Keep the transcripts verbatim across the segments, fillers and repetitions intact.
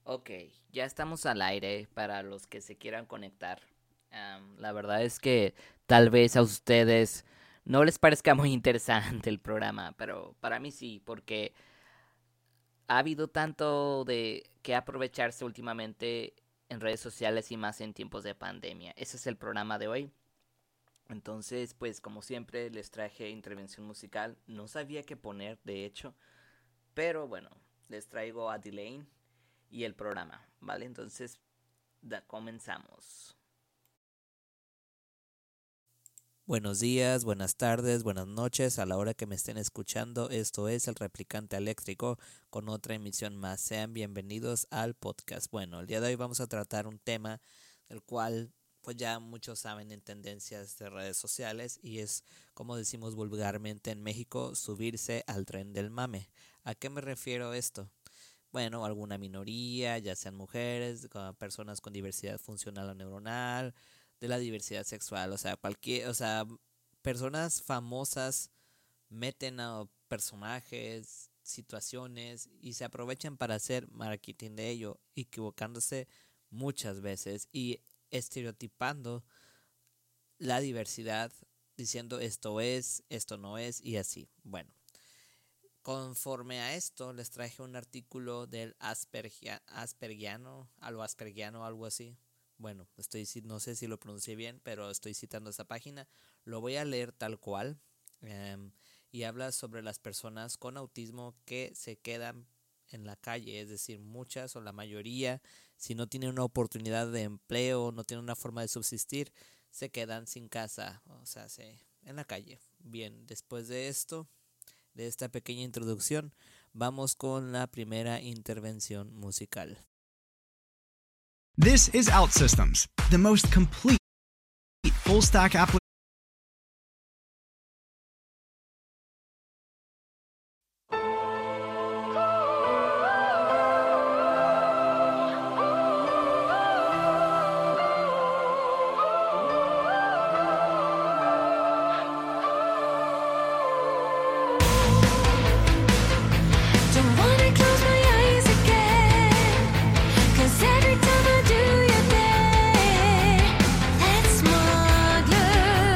Ok, ya estamos al aire para los que se quieran conectar. Am, la verdad es que tal vez a ustedes no les parezca muy interesante el programa, pero para mí sí, porque ha habido tanto de que aprovecharse últimamente en redes sociales y más en tiempos de pandemia. Ese es el programa de hoy. Entonces, pues como siempre les traje intervención musical. No sabía qué poner, de hecho, pero bueno, les traigo a Delane y el programa, ¿vale? Entonces, da, comenzamos. Buenos días, buenas tardes, buenas noches a la hora que me estén escuchando. Esto es El Replicante Eléctrico con otra emisión más. Sean bienvenidos al podcast. Bueno, el día de hoy vamos a tratar un tema del cual pues ya muchos saben en tendencias de redes sociales y es, como decimos vulgarmente en México, subirse al tren del mame. ¿A qué me refiero esto? Bueno, alguna minoría, ya sean mujeres, personas con diversidad funcional o neuronal, de la diversidad sexual, o sea, cualquier, o sea, personas famosas meten a personajes, situaciones y se aprovechan para hacer marketing de ello, equivocándose muchas veces y estereotipando la diversidad, diciendo esto es, esto no es y así. Bueno, conforme a esto, les traje un artículo del Aspergia, Aspergiano, algo Aspergiano, algo así. Bueno, estoy no sé si lo pronuncié bien, pero estoy citando esa página. Lo voy a leer tal cual. Um, y habla sobre las personas con autismo que se quedan en la calle, es decir, muchas o la mayoría, si no tienen una oportunidad de empleo, no tienen una forma de subsistir, se quedan sin casa, o sea, se, en la calle. Bien, después de esto, de esta pequeña introducción, vamos con la primera intervención musical. This is OutSystems, the most complete full-stack application. Every time I do, you're there. That smuggler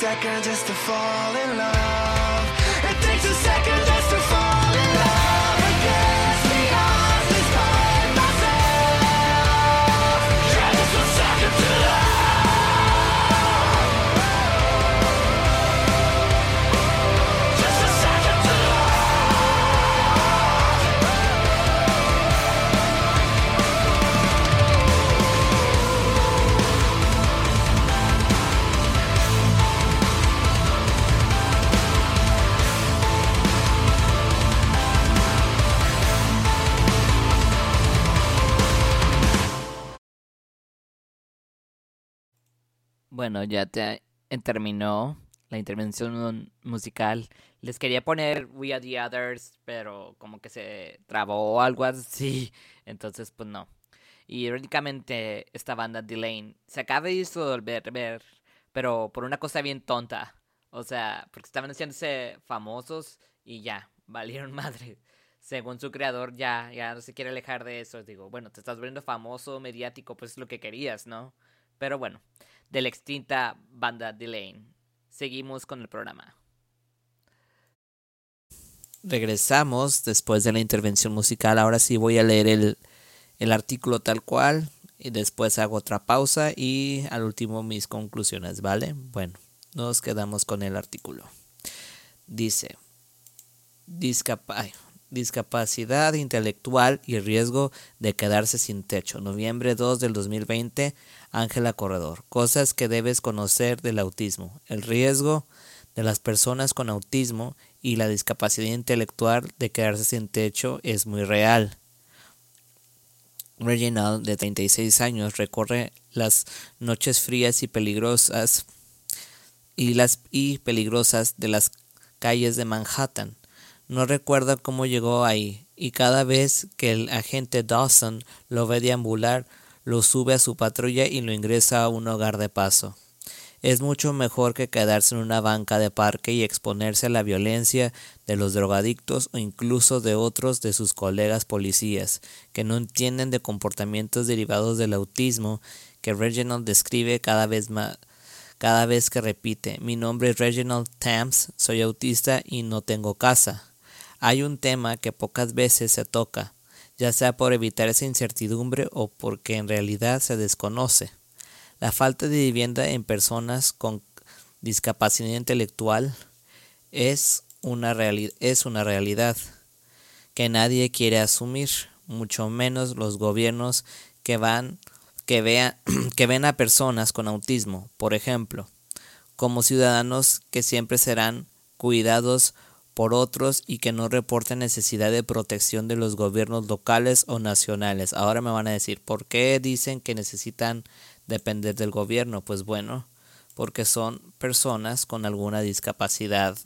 second just to fall in love. It takes a second just to fall in love against the odds, despite myself. Yeah, just a second to love. Just a second to Bueno, ya te terminó la intervención musical. Les quería poner We Are the Others, pero como que se trabó o algo así. Entonces, pues no. Y irónicamente, esta banda Delane se acaba de disolver, pero por una cosa bien tonta. O sea, porque estaban haciéndose famosos y ya, valieron madre. Según su creador, ya, ya no se quiere alejar de eso. Digo, bueno, te estás volviendo famoso, mediático, pues es lo que querías, ¿no? Pero bueno, de la extinta banda Delane. Seguimos con el programa. Regresamos después de la intervención musical. Ahora sí voy a leer el, el artículo tal cual y después hago otra pausa y al último mis conclusiones, ¿vale? Bueno, nos quedamos con el artículo. Dice, discap- ay, discapacidad intelectual y riesgo de quedarse sin techo. Noviembre dos del dos mil veinte, Ángela Corredor. Cosas que debes conocer del autismo. El riesgo de las personas con autismo y la discapacidad intelectual de quedarse sin techo es muy real. Reginald, de treinta y seis años, recorre las noches frías y peligrosas y las y peligrosas de las calles de Manhattan. No recuerda cómo llegó ahí y cada vez que el agente Dawson lo ve deambular, lo sube a su patrulla y lo ingresa a un hogar de paso. Es mucho mejor que quedarse en una banca de parque y exponerse a la violencia de los drogadictos o incluso de otros de sus colegas policías, que no entienden de comportamientos derivados del autismo que Reginald describe cada vez más, cada vez que repite: mi nombre es Reginald Thames, soy autista y no tengo casa. Hay un tema que pocas veces se toca, ya sea por evitar esa incertidumbre o porque en realidad se desconoce. La falta de vivienda en personas con discapacidad intelectual es una, reali- es una realidad que nadie quiere asumir, mucho menos los gobiernos que, van, que, vean, que ven a personas con autismo, por ejemplo, como ciudadanos que siempre serán cuidados por otros y que no reporten necesidad de protección de los gobiernos locales o nacionales. Ahora me van a decir, ¿por qué dicen que necesitan depender del gobierno? Pues bueno, porque son personas con alguna discapacidad,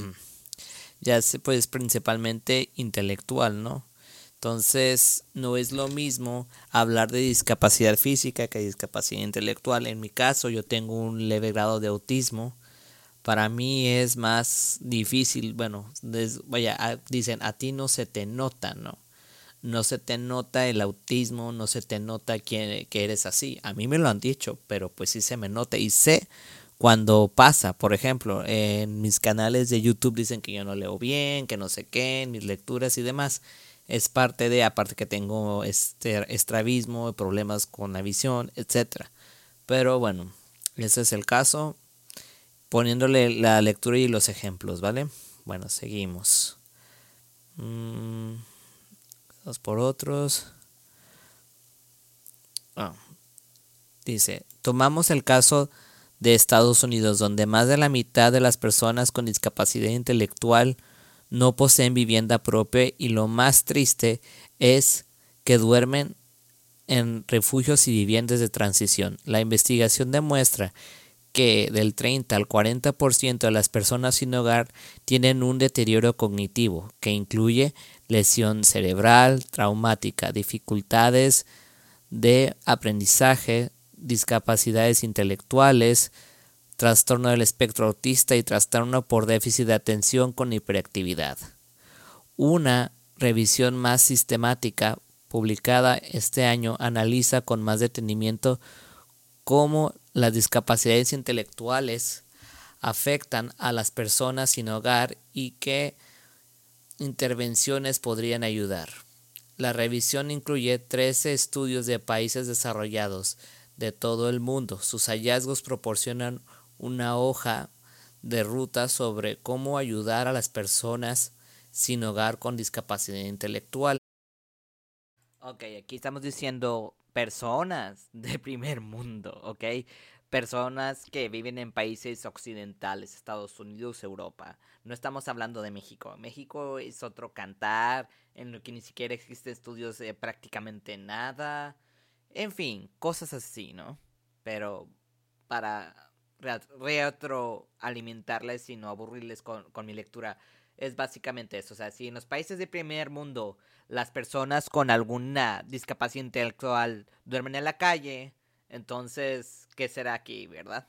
ya sé, pues principalmente intelectual, ¿no? Entonces no es lo mismo hablar de discapacidad física que discapacidad intelectual. En mi caso yo tengo un leve grado de autismo. Para mí es más difícil, bueno, des, vaya, a, dicen a ti no se te nota, ¿no? No se te nota el autismo, no se te nota que, que eres así. A mí me lo han dicho, pero pues sí se me nota y sé cuando pasa. Por ejemplo, en mis canales de YouTube dicen que yo no leo bien, que no sé qué, en mis lecturas y demás. Es parte de, aparte que tengo este estrabismo, problemas con la visión, etcétera. Pero bueno, ese es el caso, poniéndole la lectura y los ejemplos, ¿vale? Bueno, seguimos. Mm. Dos por otros. Oh. Dice, tomamos el caso de Estados Unidos, donde más de la mitad de las personas con discapacidad intelectual no poseen vivienda propia y lo más triste es que duermen en refugios y viviendas de transición. La investigación demuestra que del treinta al cuarenta por ciento de las personas sin hogar tienen un deterioro cognitivo que incluye lesión cerebral, traumática, dificultades de aprendizaje, discapacidades intelectuales, trastorno del espectro autista y trastorno por déficit de atención con hiperactividad. Una revisión más sistemática publicada este año analiza con más detenimiento cómo las discapacidades intelectuales afectan a las personas sin hogar y qué intervenciones podrían ayudar. La revisión incluye trece estudios de países desarrollados de todo el mundo. Sus hallazgos proporcionan una hoja de ruta sobre cómo ayudar a las personas sin hogar con discapacidad intelectual. Ok, aquí estamos diciendo personas de primer mundo, ¿ok? Personas que viven en países occidentales, Estados Unidos, Europa. No estamos hablando de México. México es otro cantar, en lo que ni siquiera existen estudios de prácticamente nada. En fin, cosas así, ¿no? Pero para re- retroalimentarles y no aburrirles con, con mi lectura, es básicamente eso. O sea, si en los países de primer mundo las personas con alguna discapacidad intelectual duermen en la calle, entonces, ¿qué será aquí, verdad?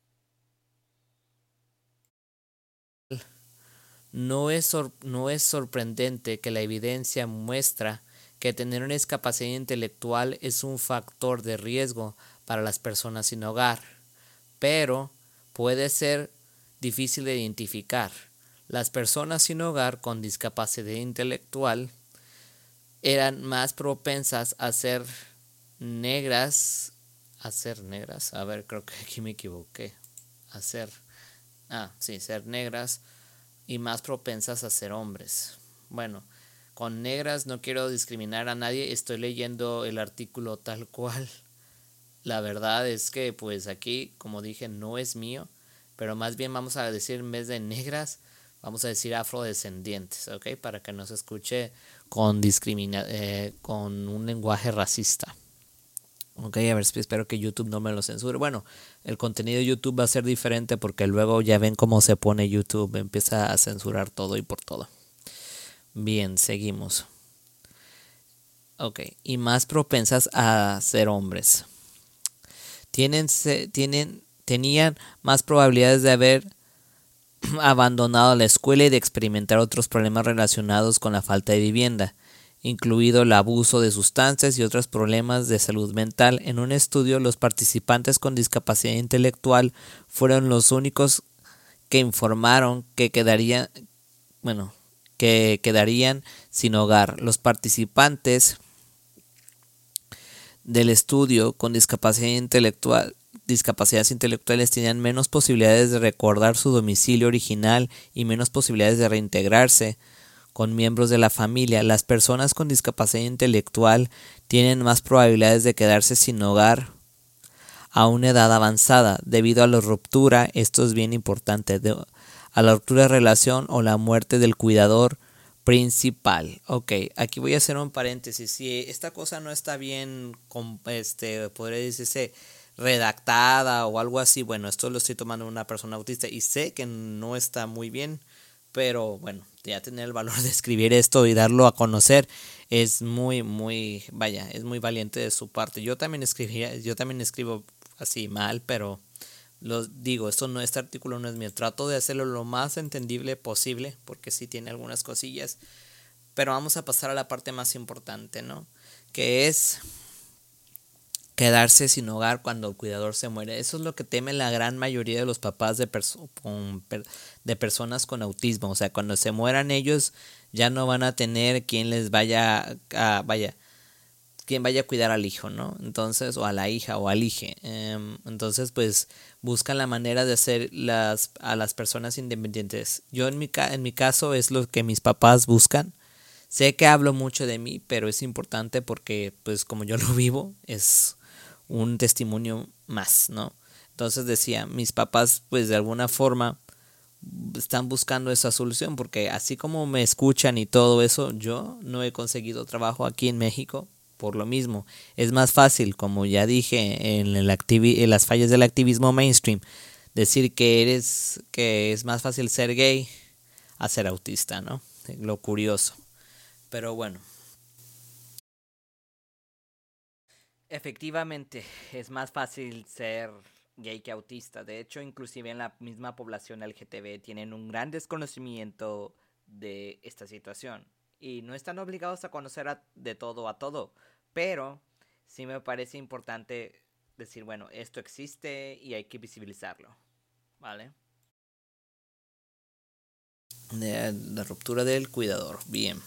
No es, sor- no es sorprendente que la evidencia muestra que tener una discapacidad intelectual es un factor de riesgo para las personas sin hogar, pero puede ser difícil de identificar. Las personas sin hogar con discapacidad intelectual eran más propensas a ser negras, a ser negras, a ver, creo que aquí me equivoqué, a ser, ah, sí, ser negras y más propensas a ser hombres. Bueno, con negras no quiero discriminar a nadie, estoy leyendo el artículo tal cual. La verdad es que pues aquí, como dije, no es mío, pero más bien vamos a decir en vez de negras, vamos a decir afrodescendientes, ¿ok? Para que no se escuche con discrimina eh, con un lenguaje racista. Ok, a ver, espero que YouTube no me lo censure. Bueno, el contenido de YouTube va a ser diferente porque luego ya ven cómo se pone YouTube, empieza a censurar todo y por todo. Bien, seguimos. Ok, y más propensas a ser hombres. Tienen, se, tienen, tenían más probabilidades de haber abandonado la escuela y de experimentar otros problemas relacionados con la falta de vivienda, incluido el abuso de sustancias y otros problemas de salud mental. En un estudio, los participantes con discapacidad intelectual fueron los únicos que informaron que quedarían, bueno, que quedarían sin hogar. Los participantes del estudio con discapacidad intelectual discapacidades intelectuales tenían menos posibilidades de recordar su domicilio original y menos posibilidades de reintegrarse con miembros de la familia. Las personas con discapacidad intelectual tienen más probabilidades de quedarse sin hogar a una edad avanzada debido a la ruptura, esto es bien importante, de, a la ruptura de relación o la muerte del cuidador principal. Ok, aquí voy a hacer un paréntesis. Si esta cosa no está bien, este, podría decirse redactada o algo así, bueno, esto lo estoy tomando de una persona autista y sé que no está muy bien, pero bueno, ya tener el valor de escribir esto y darlo a conocer es muy, muy, vaya, es muy valiente de su parte. Yo también escribía, yo también escribo así mal, pero lo digo, esto no, este artículo no es mío. Trato de hacerlo lo más entendible posible, porque sí tiene algunas cosillas, pero vamos a pasar a la parte más importante, ¿no? Que es quedarse sin hogar cuando el cuidador se muere. Eso es lo que temen la gran mayoría de los papás de, perso con, per de personas con autismo. O sea, cuando se mueran ellos ya no van a tener quien les vaya a, vaya, quien vaya a cuidar al hijo, ¿no? Entonces, o a la hija o al hije. Um, entonces, pues, buscan la manera de hacer las, a las personas independientes. Yo en mi, en mi caso es lo que mis papás buscan. Sé que hablo mucho de mí, pero es importante porque, pues, como yo lo vivo, es un testimonio más, ¿no? Entonces decía, mis papás pues de alguna forma están buscando esa solución porque así como me escuchan y todo eso, yo no he conseguido trabajo aquí en México por lo mismo. Es más fácil, como ya dije en, el activi en las fallas del activismo mainstream, decir que eres que es más fácil ser gay a ser autista, ¿no? Lo curioso. Pero bueno. Efectivamente, es más fácil ser gay que autista. De hecho, inclusive en la misma población L G T B tienen un gran desconocimiento de esta situación. Y no están obligados a conocer a, de todo a todo. Pero sí me parece importante decir, bueno, esto existe y hay que visibilizarlo. ¿Vale? de la ruptura del cuidador. Bien.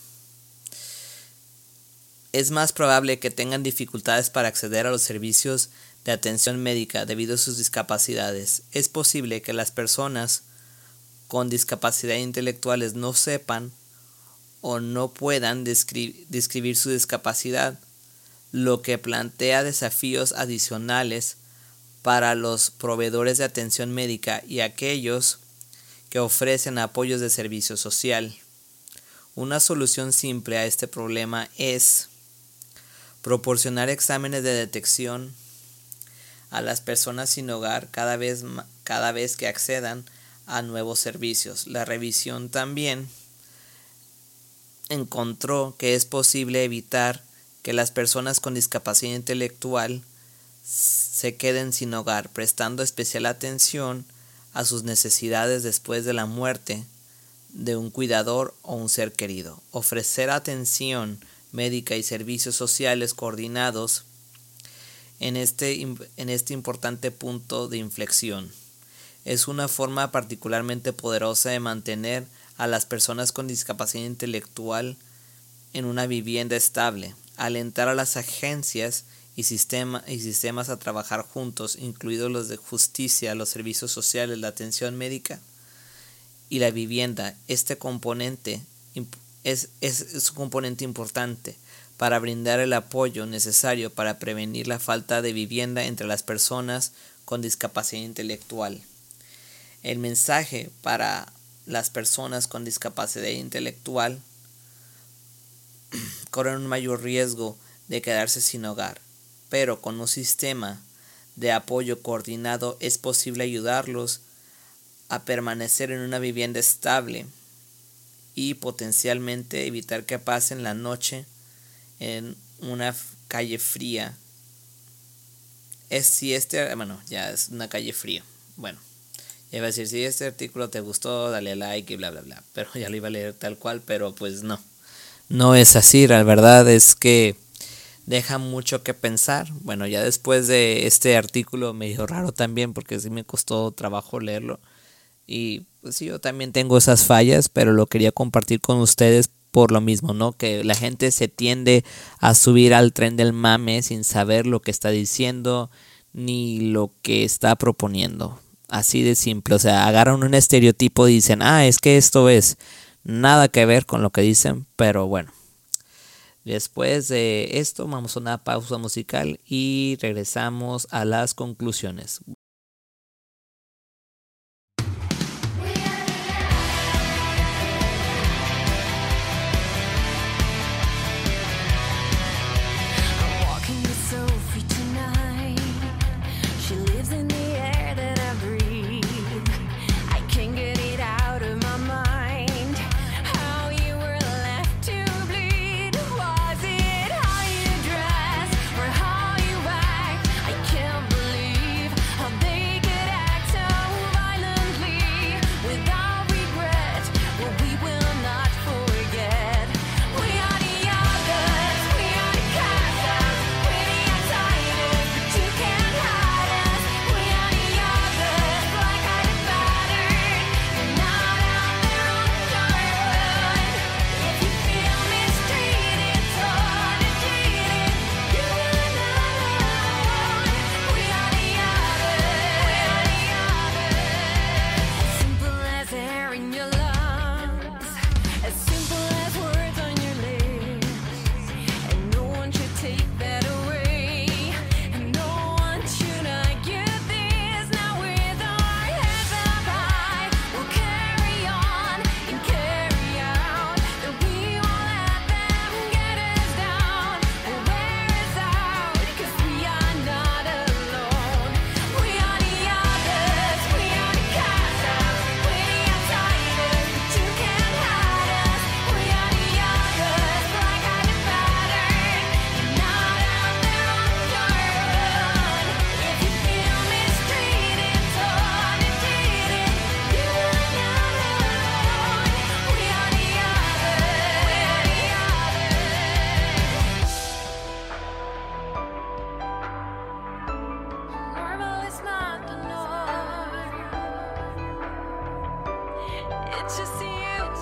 Es más probable que tengan dificultades para acceder a los servicios de atención médica debido a sus discapacidades. Es posible que las personas con discapacidad intelectuales no sepan o no puedan descri- describir su discapacidad, lo que plantea desafíos adicionales para los proveedores de atención médica y aquellos que ofrecen apoyos de servicio social. Una solución simple a este problema es proporcionar exámenes de detección a las personas sin hogar cada vez, cada vez que accedan a nuevos servicios. La revisión también encontró que es posible evitar que las personas con discapacidad intelectual se queden sin hogar, prestando especial atención a sus necesidades después de la muerte de un cuidador o un ser querido. Ofrecer atención médica y servicios sociales coordinados en este, en este importante punto de inflexión. Es una forma particularmente poderosa de mantener a las personas con discapacidad intelectual en una vivienda estable, alentar a las agencias y, sistema, y sistemas a trabajar juntos, incluidos los de justicia, los servicios sociales, la atención médica y la vivienda. Este componente es, es, es un componente importante para brindar el apoyo necesario para prevenir la falta de vivienda entre las personas con discapacidad intelectual. El mensaje para las personas con discapacidad intelectual corren un mayor riesgo de quedarse sin hogar, pero con un sistema de apoyo coordinado es posible ayudarlos a permanecer en una vivienda estable y potencialmente evitar que pasen la noche en una calle fría. Es si este, bueno, ya es una calle fría. Bueno, ya iba a decir, si este artículo te gustó, dale like y bla bla bla, pero ya lo iba a leer tal cual, pero pues no. No es así, la verdad es que deja mucho que pensar. Bueno, ya después de este artículo medio raro también, porque sí me costó trabajo leerlo. Y pues sí, yo también tengo esas fallas, pero lo quería compartir con ustedes por lo mismo, ¿no? Que la gente se tiende a subir al tren del mame sin saber lo que está diciendo ni lo que está proponiendo. Así de simple, o sea, agarran un estereotipo y dicen, ah, es que esto es nada que ver con lo que dicen, pero bueno. Después de esto vamos a una pausa musical y regresamos a las conclusiones. It's just you.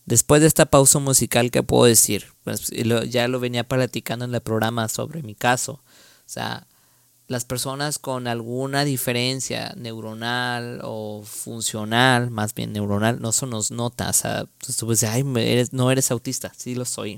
Después de esta pausa musical, ¿qué puedo decir? Pues lo, ya lo venía platicando en el programa sobre mi caso. O sea, las personas con alguna diferencia neuronal o funcional, más bien neuronal, no se nos nota. O sea, tú puedes decir, ay, eres, no eres autista. Sí lo soy.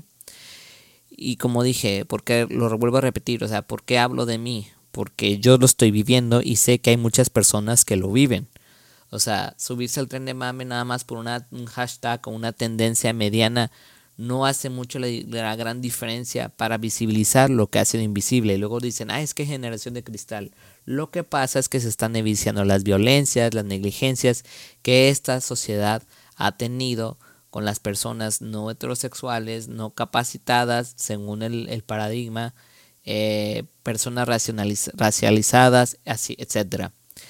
Y como dije, porque lo vuelvo a repetir, o sea, ¿por qué hablo de mí? Porque yo lo estoy viviendo y sé que hay muchas personas que lo viven. O sea, subirse al tren de mame nada más por una, un hashtag o una tendencia mediana no hace mucho la, la gran diferencia para visibilizar lo que ha sido invisible. Y luego dicen, ah, es que generación de cristal. Lo que pasa es que se están evidenciando las violencias, las negligencias que esta sociedad ha tenido con las personas no heterosexuales, no capacitadas, según el, el paradigma, eh, personas racionaliz- racializadas, así, etcétera.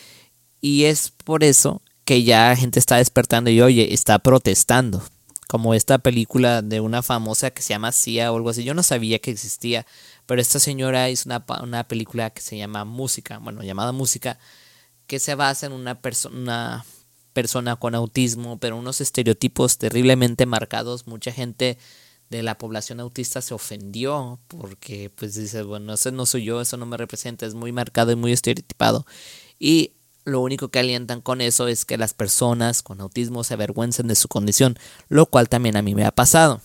Y es por eso que ya la gente está despertando y, oye, está protestando. Como esta película de una famosa que se llama Sia o algo así. Yo no sabía que existía, pero esta señora hizo una, una película que se llama Música, bueno, llamada Música, que se basa en una persona, persona con autismo, pero unos estereotipos terriblemente marcados. Mucha gente de la población autista se ofendió porque pues dice, bueno, eso no soy yo, eso no me representa, es muy marcado y muy estereotipado. Y lo único que alientan con eso es que las personas con autismo se avergüencen de su condición, lo cual también a mí me ha pasado.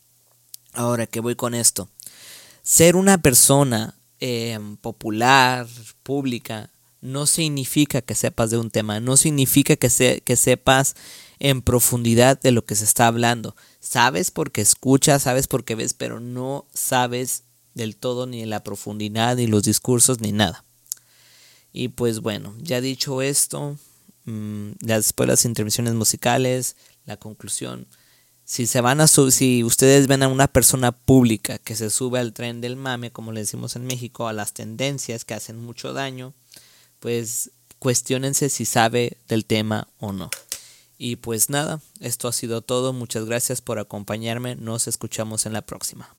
Ahora, ¿qué voy con esto? Ser una persona eh, popular, pública, no significa que sepas de un tema, no significa que, se, que sepas en profundidad de lo que se está hablando. Sabes porque escuchas, sabes porque ves, pero no sabes del todo ni la profundidad, ni los discursos, ni nada. Y pues bueno, ya dicho esto, mmm, después las intervenciones musicales, la conclusión. Si se van a su- si ustedes ven a una persona pública que se sube al tren del mame, como le decimos en México, a las tendencias que hacen mucho daño, pues cuestiónense si sabe del tema o no. Y pues nada, esto ha sido todo. Muchas gracias por acompañarme. Nos escuchamos en la próxima.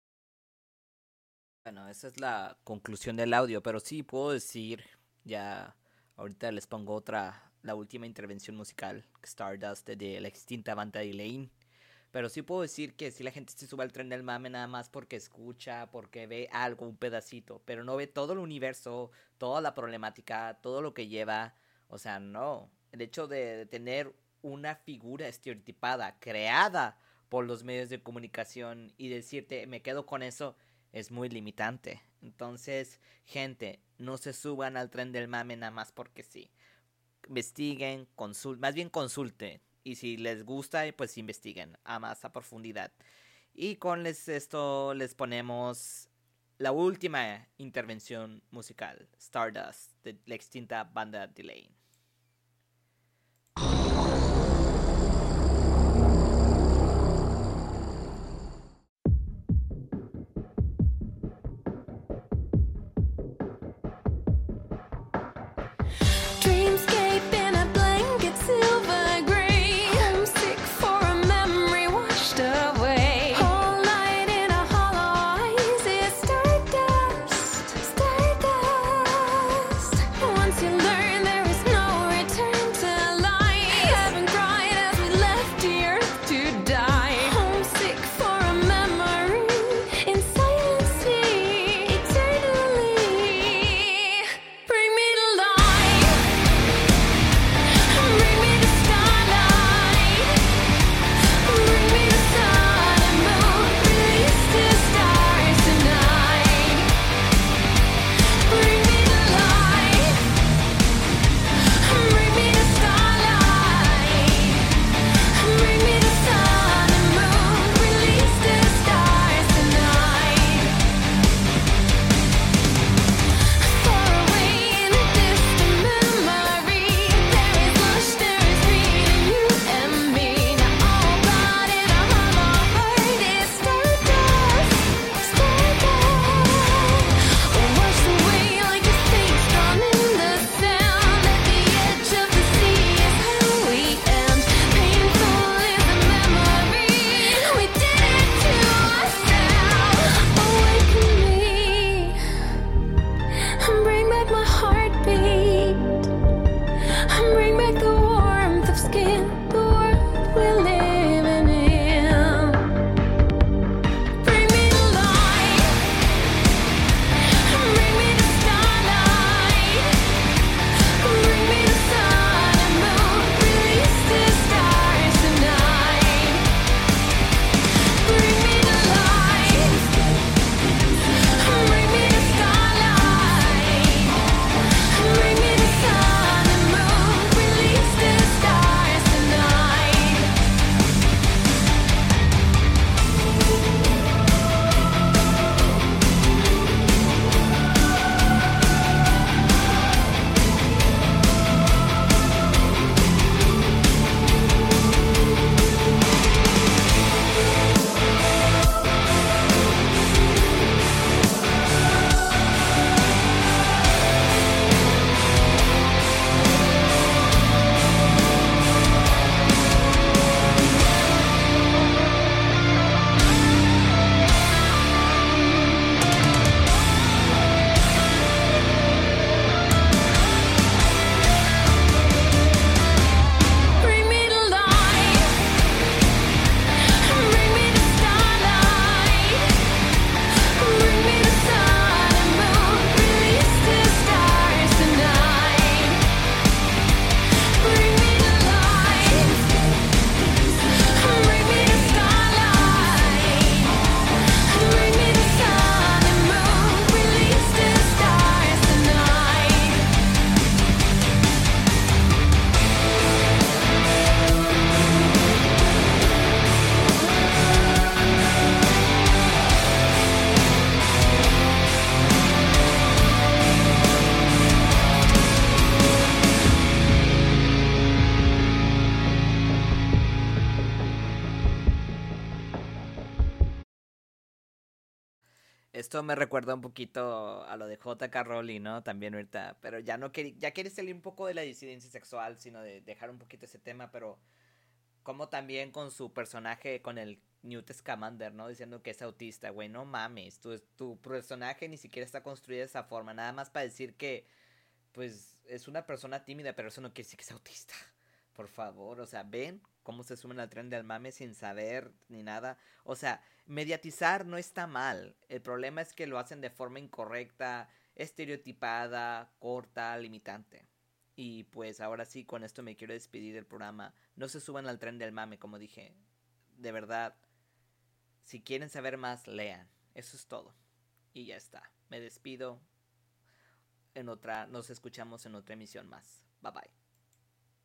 Bueno, esa es la conclusión del audio, pero sí puedo decir, ya ahorita les pongo otra, la última intervención musical, Stardust, de la extinta banda de Lane. Pero sí puedo decir que si la gente se sube al tren del mame nada más porque escucha, porque ve algo, un pedacito, pero no ve todo el universo, toda la problemática, todo lo que lleva. O sea, no. El hecho de tener una figura estereotipada, creada por los medios de comunicación y decirte, me quedo con eso, es muy limitante. Entonces, gente, no se suban al tren del mame nada más porque sí. Investiguen, consulten, más bien consulten. Y si les gusta, pues investiguen a más a profundidad. Y con les, esto les ponemos la última intervención musical, Stardust, de la extinta banda de Lane. Dreamscape in a blanket silver gray. Homesick for a memory washed away. Whole night in a hollow ice is stardust, stardust. Once you learn there is no Esto me recuerda un poquito a lo de J K. Rowling, ¿no? También ahorita, pero ya no quería, ya quiere salir un poco de la disidencia sexual, sino de dejar un poquito ese tema, pero como también con su personaje, con el Newt Scamander, ¿no? Diciendo que es autista, güey, no mames, tu, tu personaje ni siquiera está construido de esa forma, nada más para decir que, pues, es una persona tímida, pero eso no quiere decir que es autista. Por favor, o sea, ven cómo se suben al tren del mame sin saber ni nada. O sea, mediatizar no está mal. El problema es que lo hacen de forma incorrecta, estereotipada, corta, limitante. Y pues ahora sí, con esto me quiero despedir del programa. No se suban al tren del mame, como dije. De verdad, si quieren saber más, lean. Eso es todo. Y ya está. Me despido. En otra, nos escuchamos en otra emisión más. Bye bye.